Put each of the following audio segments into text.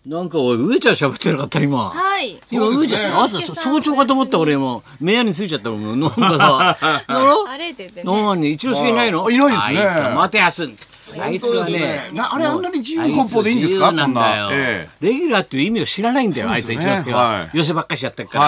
なんかおい上ちゃん喋ってなかった今。 はい。 今上ちゃん朝早朝かと思った俺もう目屋についちゃったもん。なんかさ、 あれって言ってね。 何一之輔いないの？ いないですね。 あいつは待てやす。あいつはね、 あれあんなに自由奔放でいいんですか？ なんだよ。レギュラーっていう意味を知らないんだよ。あいつ一之輔は寄せばっかしやってるから。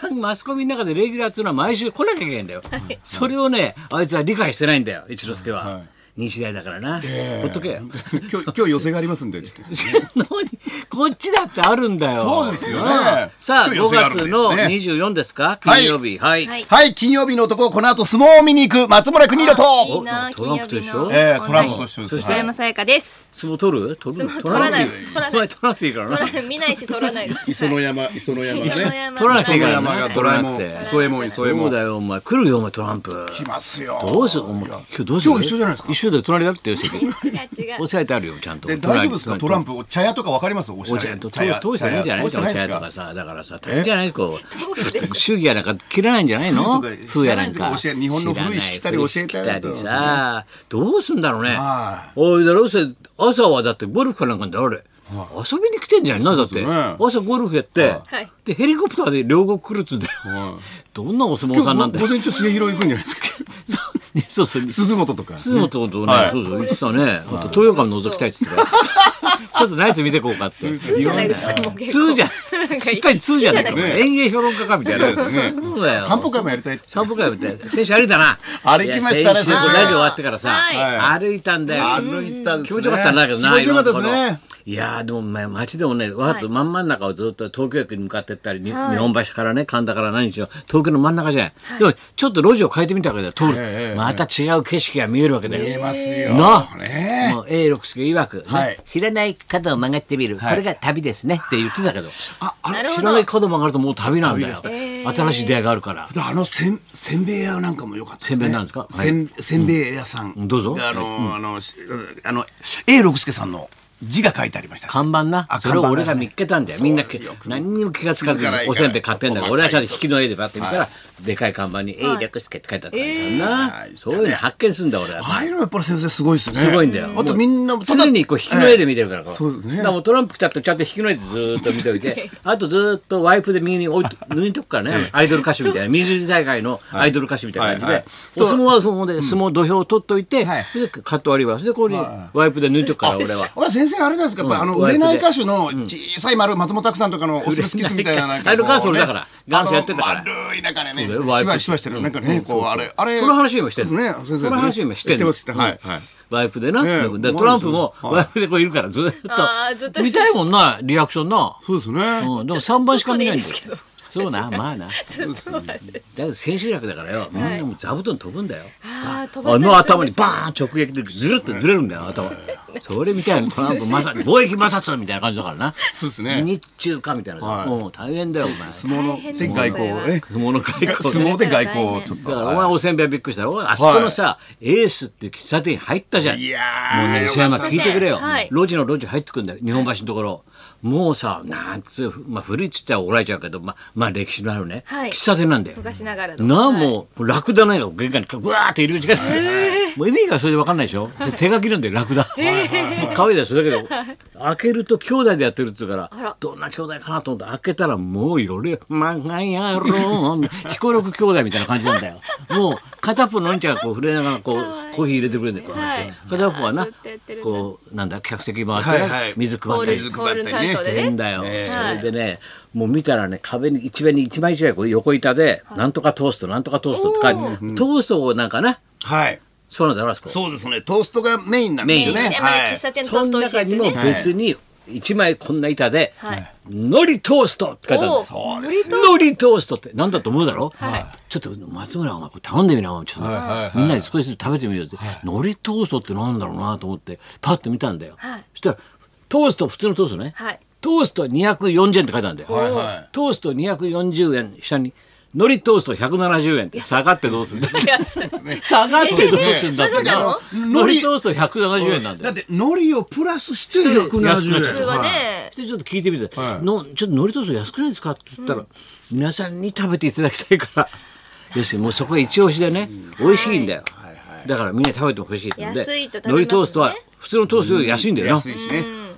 マスコミの中でレギュラーっていうのは毎週来なきゃいけないんだよ。それをねあいつは理解してないんだよ一之輔は。日大だからな。ほっとけよ。 今日寄せがありますんで。 こっちだってあるんだよ。 そうですよね。 さあ5月の24ですか金曜日。はい。 はい金曜日の男この後相撲を見に行く松村邦洋と。 トランプと一緒。 トランプと一緒です。 そして山さやかです。 相撲取る？取らない。 お前取らなくていいからな。 見ないし取らないです。 磯の山ね。 取らなくていいからな。 ドラえもん。磯右衛門。 そうだよお前来るよお前トランプ。 来ますよ。 どうするお前今日どうする？ 今日一緒じゃないですか。 一緒で隣だってよ。押さえてあるよちゃんと。 大丈夫ですかトランプ茶屋とかわかります？お茶屋通してないんじゃないですかお茶屋とかさだからさ大変じゃないこう祝儀やなんか切らないんじゃないの？風やなんか日本の古いしきたり教えてあげるとさどうすんだろうね。おいだろ朝はだってゴルフかなんかであれ遊びに来てんじゃないのだって朝ゴルフやってでヘリコプターで両国来るっつうんだよ。どんなお相撲さんなんだよ。 午前中末広行くんじゃないですか。 そうそう鈴本とか鈴本とねそうそう言ってたね。あと東洋館覗きたいっつってちょっとナイツ見てこうかって通じゃないですか。 通じゃしっかり通じゃないか演芸評論家かみたいな。そうだよ散歩会もやりたい。 散歩会もやりたい。先週歩いたな。 歩きましたね。 先週ラジオ終わってからさ歩いたんだよ。 歩いたんですね。 気持ちよかったんだけどな。 気持ちよかったですね。 いやでも街でもねわざと真ん中をずっと東京駅に向かってったり日本橋からね神田から何しろ東京の真ん中じゃない。でもちょっと路地を変えてみたわけだよ通る。また違う景色が見えるわけだよ。 見えますよ。 なもう A 六輔曰く知らない角を曲がってみるこれが旅ですねって言ってたけど知らない角曲がるともう旅なんだよ。新しい出会いがあるから。 せんべい屋なんかも良かったですね。 せんべいなんですか？ せんべい屋さんどうぞ。 A 六輔さんの字が書いてありました。 看板な。それを俺が見っけたんだよ。みんな何にも気がつかずにおせんべい買ってんだから俺はちゃんと引きの絵でバッて見たらでかい看板に A 略助って書いてあったんだよな。そういうの発見するんだ俺は。 ああいうのやっぱり先生すごいですね。 すごいんだよ。 あとみんな常にこう引きの絵で見てるから。 そうですね。 だからトランプ来たってちゃんと引きの絵でずーっと見ておいてあとずーっとワイプで右に抜いとくからねアイドル歌手みたいな水地大会のアイドル歌手みたいな感じでお相撲は相撲で相撲土俵を取っといてでカット割りはでここにワイプで抜いとくから俺は。 俺は先生あれなんですか売れない歌手の小さい丸松本拓さんとかのおスキスみたいななんかあれ元祖俺だから元祖やってたから丸い中でねシワしてるなんかねこうあれこの話今してるねこの話今してるはいワイプでなトランプもワイプでこういるからずっと見たいもんなリアクションな。 そうですね。 でも3番しか見ないんだよ。そうなまあな。だけど千秋楽だからよみんなも座布団飛ぶんだよ。あの頭にバーン直撃でずるっとずれるんだよ頭。それみたいなトランプ貿易摩擦みたいな感じだからな。 そうですね。 日中かみたいな。もう大変だよお前。 相撲ので外交ね。 相撲の外交。 相撲で外交ちょっと。 だからお前おせんべいびっくりしたろ。あそこのさエースって喫茶店に入ったじゃん。 いやもうね石山聞いてくれよ。路地の路地入ってくんだよ日本橋のところ。もうさなんつう古いっつったら怒られちゃうけどまあ歴史のあるね喫茶店なんだよ。 昔ながらのなあもうラクダの絵が玄関にぐわーっている時間もう意味がそれで分かんないでしょ。手書きなんだよラクダ。可愛いですだけど開けると兄弟でやってるっつうからどんな兄弟かなと思って開けたらもういろいろ漫画やろ彦六兄弟みたいな感じなんだよ。もう片っぽのお兄ちゃんがこう触れながらこうコーヒー入れてくれるんだよ。片っぽはなこうなんだ客席回って水配ったりしてんだよ。それでねもう見たらね壁に一面に一枚一枚こう横板でなんとかトーストなんとかトーストって書いてトーストをなんかなそうなんだろそうですねトーストがメインなんですよね。 喫茶店のトースト美味しいですね。 その中にも別に一枚こんな板で海苔トーストって書いてあるんです。海苔トーストってなんだと思うだろ。ちょっと松村お前これ頼んでみなちょっとみんなに少しずつ食べてみようって海苔トーストってなんだろうなと思ってパッと見たんだよ。そしたらトースト普通のトーストねトースト240円って書いてあるんだよ。トースト240円下に海苔トースト170円って下がってどうするんだ下がってどうするんだってな。海苔トースト170円なんだよ。 だって海苔をプラスして170円。 普通はねちょっと聞いてみてちょっと海苔トースト安くないですかって言ったら皆さんに食べていただきたいから要するにもうそこが一押しでね美味しいんだよ。だからみんな食べてほしいってんで海苔トーストは普通のトーストより安いんだよな。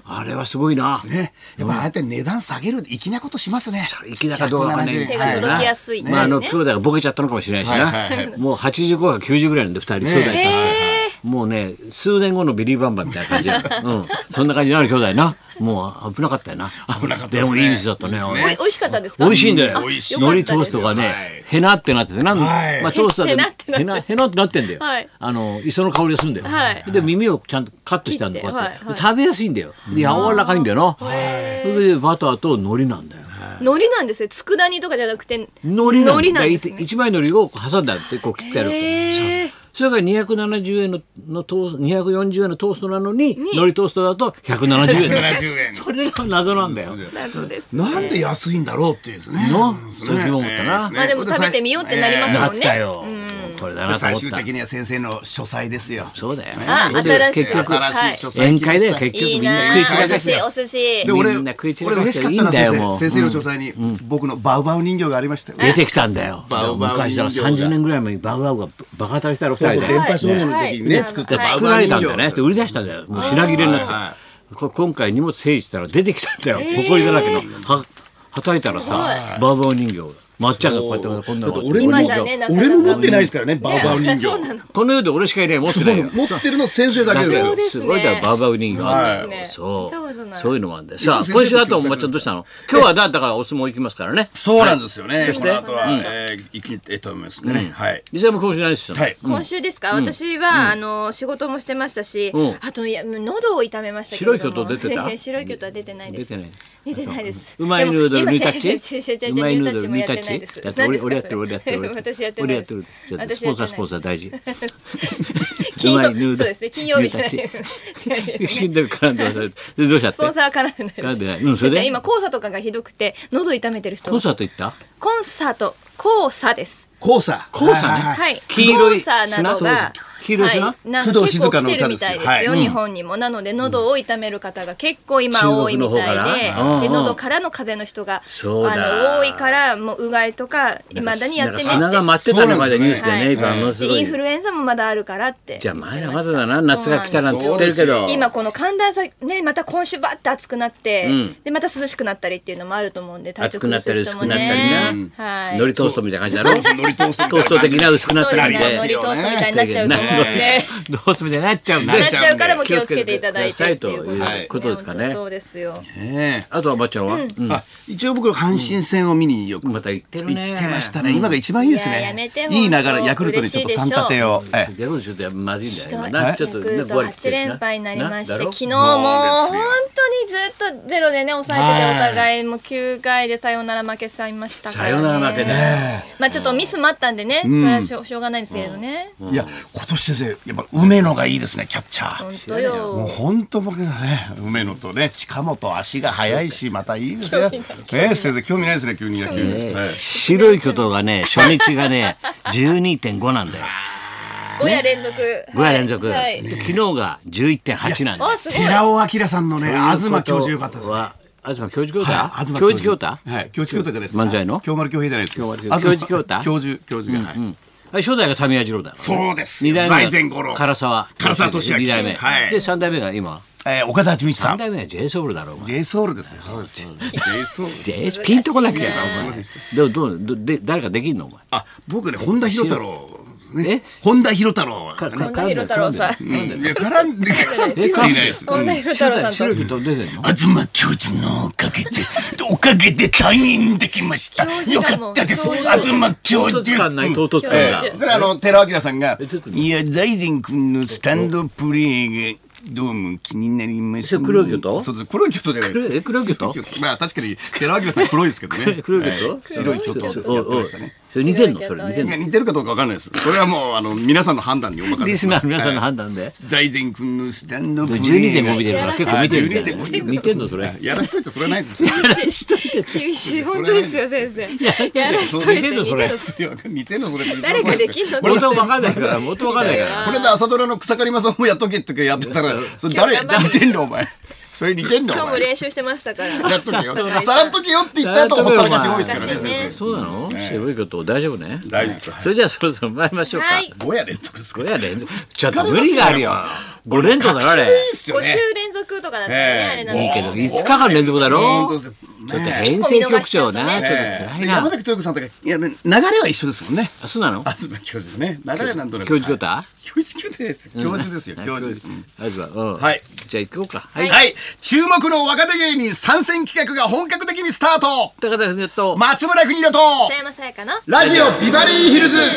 あれはすごいな。 ね。やっぱああやって値段下げる粋なことしますね。 粋なかどうかはね。 手が届きやすいね。 まあ兄弟がボケちゃったのかもしれないしな。もう85か90ぐらいなんで2人兄弟いたら。もうね数年後のビリーバンバンみたいな感じ。そんな感じになる兄弟な。もう危なかったよな。 危なかったでもいい店だったね。 美味しかったですか？ 美味しいんだよ。 美味しい海苔トーストがね、へなってなってて、まあトーストでへなってなってんだよ。磯の香りがするんだよ。で耳をちゃんとカットしたんだこうやって食べやすいんだよ。で柔らかいんだよな。それでバターと海苔なんだよ。 海苔なんですね。佃煮とかじゃなくて海苔なんですね。 一枚海苔を挟んであってこう切ってある。それが270円のトースト、240円のトーストなのに、海苔トーストだと170円。それが謎なんだよ。 謎です。 なんで安いんだろうっていうですね。 そういう気も思ったな。 まあでも食べてみようってなりますもんね。 なったよ。これだなと思った。 最終的には先生の書斎ですよ。 そうだよ。 結局新しい書斎。 宴会で結局みんな食い散らかして。 お寿司。 で俺嬉しかったな先生の書斎に僕のバウバウ人形がありましたよ。 出てきたんだよ。昔だから30年ぐらい前にバウバウがバカ当たりしたら2人で。 電波少年の時にね作ったバウ作バウ人形られたんだよね。売り出したんだよ。もう品切れになって。今回荷物整理したら出てきたんだよ。埃だらけのはたいたらさバウバウ人形。まっちゃんがこうやってこんなの俺も持ってないですからねバウバウ人形。 この世で俺しかいない持ってないよ。 持ってるの先生だけですよ。 すごいだよバウバウ人形。そういうのもあるんで。さあ今週あとまっちゃんどうしたの？今日はだからお相撲行きますからね。 そうなんですよね。そしてこの後は行きたいと思いますね。はい。 実際も今週ないですよ。 今週ですか？私は仕事もしてましたし、あと喉を痛めましたけども。 白い巨頭出てた？ 白い巨頭は出てないです。出てないです。 うまいヌードルニタッチ？うまいヌードルニタッチ？俺やってる私やってないです。 スポンサー大事。 金曜日そうですね金曜日じゃない。 死んでるからどうしたって？ スポンサーから絡んでない。それで今黄砂とかがひどくて喉痛めてる人。 コンサート行った？ コンサート黄砂です。 黄砂ね。はい。黄砂などが。 黄色い砂？ 結構来てるみたいですよ日本にも。なので喉を痛める方が結構今多いみたいで、喉からの風邪の人が多いからもううがいとか未だにやってねって。 砂が待ってたのまでニュースでね今ものすごい。 インフルエンザもまだあるからって。 じゃあまだまだだな夏が来たなんて言ってるけど。 今この寒暖差ねまた今週バッて暑くなってでまた涼しくなったりっていうのもあると思うんで体調崩す人もね。 海苔トーストみたいな感じだろ。トースト的な薄くなったりで。 海苔トーストみたいになっちゃうと思うんで。 どうすみたいになっちゃうんで。 なっちゃうからも気をつけていただいてということですかね。 そうですよ。 あとはばっちゃんは？ 一応僕阪神戦を見によくまた行ってるね。 行ってましたね。今が一番いいですね。いい流れヤクルトにちょっと3立てを。 ヤクルトちょっとまずいんだよな。 ヤクルト8連敗になりまして昨日も本当にずっとゼロでね抑えててお互いも9回でサヨナラ負けさいましたからね。 サヨナラ負けね。 まあちょっとミスもあったんでねそれはしょうがないんですけどね。 いや今年先生やっぱ梅野がいいですねキャッチャー。 本当よ。 もう本当僕がね梅野とね近本足が速いしまたいいですよ。先生興味ないですね急に野球。 白い巨頭がね初日がね 12.5 なんだよ。 5夜連続。 5夜連続。昨日が 11.8 なんだよ。 寺尾明さんのね東教授良かったですね。 東教授京太？ 教授京太？ はい、教授京太じゃないです。 漫才の？ 京丸京平じゃないです。 教授京太？ 教授がはい。 初代が民谷次郎だ。 そうです。 2代目財前五郎。 唐沢俊明。 2代目。で3代目が今。 岡田准一さん。 3代目は J ソウルだろう。 J ソウルですよ。そうです。J ソウル。 ピンとこなきゃ。誰かできんのお前。 僕ね本田博太郎。本田博太郎。 本田博太郎さん。 いや絡んではいないです。 本田博太郎さんと。 白い巨頭出てんの？ 東教授のおかげで退院できました。よかったです。東教授。 唐突感だ。 それ寺尾明さんがいや財前君のスタンドプレーがどうも気になります。 黒い巨頭？ そう黒い巨頭じゃないです。 黒い巨頭？ まあ確かに寺尾明さん黒いですけどね。 黒い巨頭？ 白い巨頭ですやってましたね。 似てんのそれ似てんの？ いや似てるかどうかわかんないです。これはもう皆さんの判断にお任せします。 リスナーの皆さんの判断で。 財前君のスタンドプレー。 12.5見てるから結構見てるんだよ。似てんのそれ。 やらしといてそれないです。 やらしといて厳しい本当ですよ先生。やらしといてそれ。 似てんのそれ。 誰ができんの？ 元わかんないから元わかんないから。 これで朝ドラの草刈正雄もやっとけってやってたらそれ誰似てんのお前。それ似てんの？ 今日も練習してましたから。 やっとけよ。さらっとけよって言った後ほったらかし多いですからね先生。 そうなの？白いこと大丈夫ね。 大丈夫です。 それじゃあそろそろ参りましょうか。 5夜連続ですか。 5夜連続。ちょっと無理があるよ。5連続だろあれ。 5週連続続とかだったらねあれなんだいいけど5日間連続だろ。 本当ですよ。 ちょっと編成局長な、ちょっと辛いな。 山崎豊子さんとか、いや、流れは一緒ですもんね。 あ、そうなの？ 東教授ね。流れはなんとなく。 教授だった？ 教授です。教授ですよ。教授。 はい。じゃあ行こうか。 はい。注目の若手芸人参戦企画が本格的にスタート。 高田文夫と松村邦洋と北山さやかのラジオビバリーヒルズ。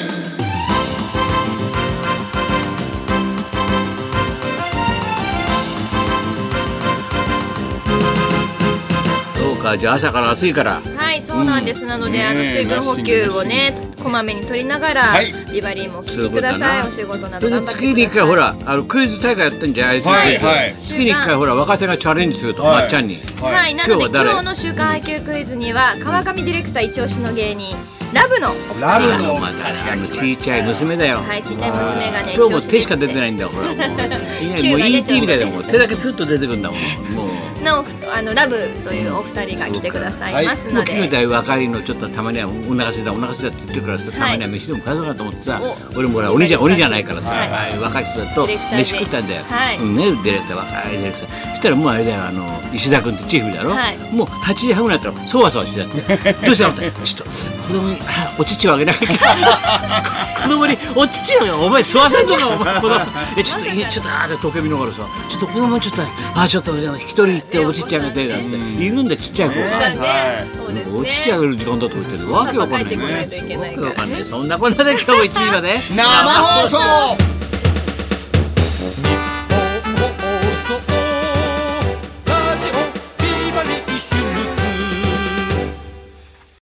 じゃあ朝から暑いから。 はい、そうなんです。なので水分補給をねこまめに取りながらビバリーも聞いてください。お仕事など頑張ってください。 月に1回ほらクイズ大会やってんじゃない？月に1回ほら若手がチャレンジするとまっちゃんに。 はい、なので今日の週刊 IQ クイズには川上ディレクター一押しの芸人ラブのお二人が。 ちいちゃい娘だよ。 はい、ちいちゃい娘がね。 今日も手しか出てないんだよ。ほらもう ET みたいでも手だけプッと出てくるんだもん。もうなおラブというお二人が来てくださいますので。 君みたい若いのちょっとたまにはお腹すいたって言ってるからさ、たまには飯でも返そうかと思ってさ、俺もほら鬼じゃないからさ、若い人だと飯食ったんだよ。ね、ディレクター若いディレクター。そしたらもうあれだよ石田君ってチーフだろ。もう8時半ぐらいだったらそわそわしてた。どうしたの？ちょっと子供にお乳をあげなきゃいけない。子供にお乳をお前吸わせんのかお前子供。ちょっと時計見ながらさ、ちょっと子供ちょっとちょっと一人行ってお乳あげてなんているんだちっちゃい子が。お乳あげる時間だと言ってるわけわかんないね。わけわかんない。そんなこんなで今日1時まで生放送。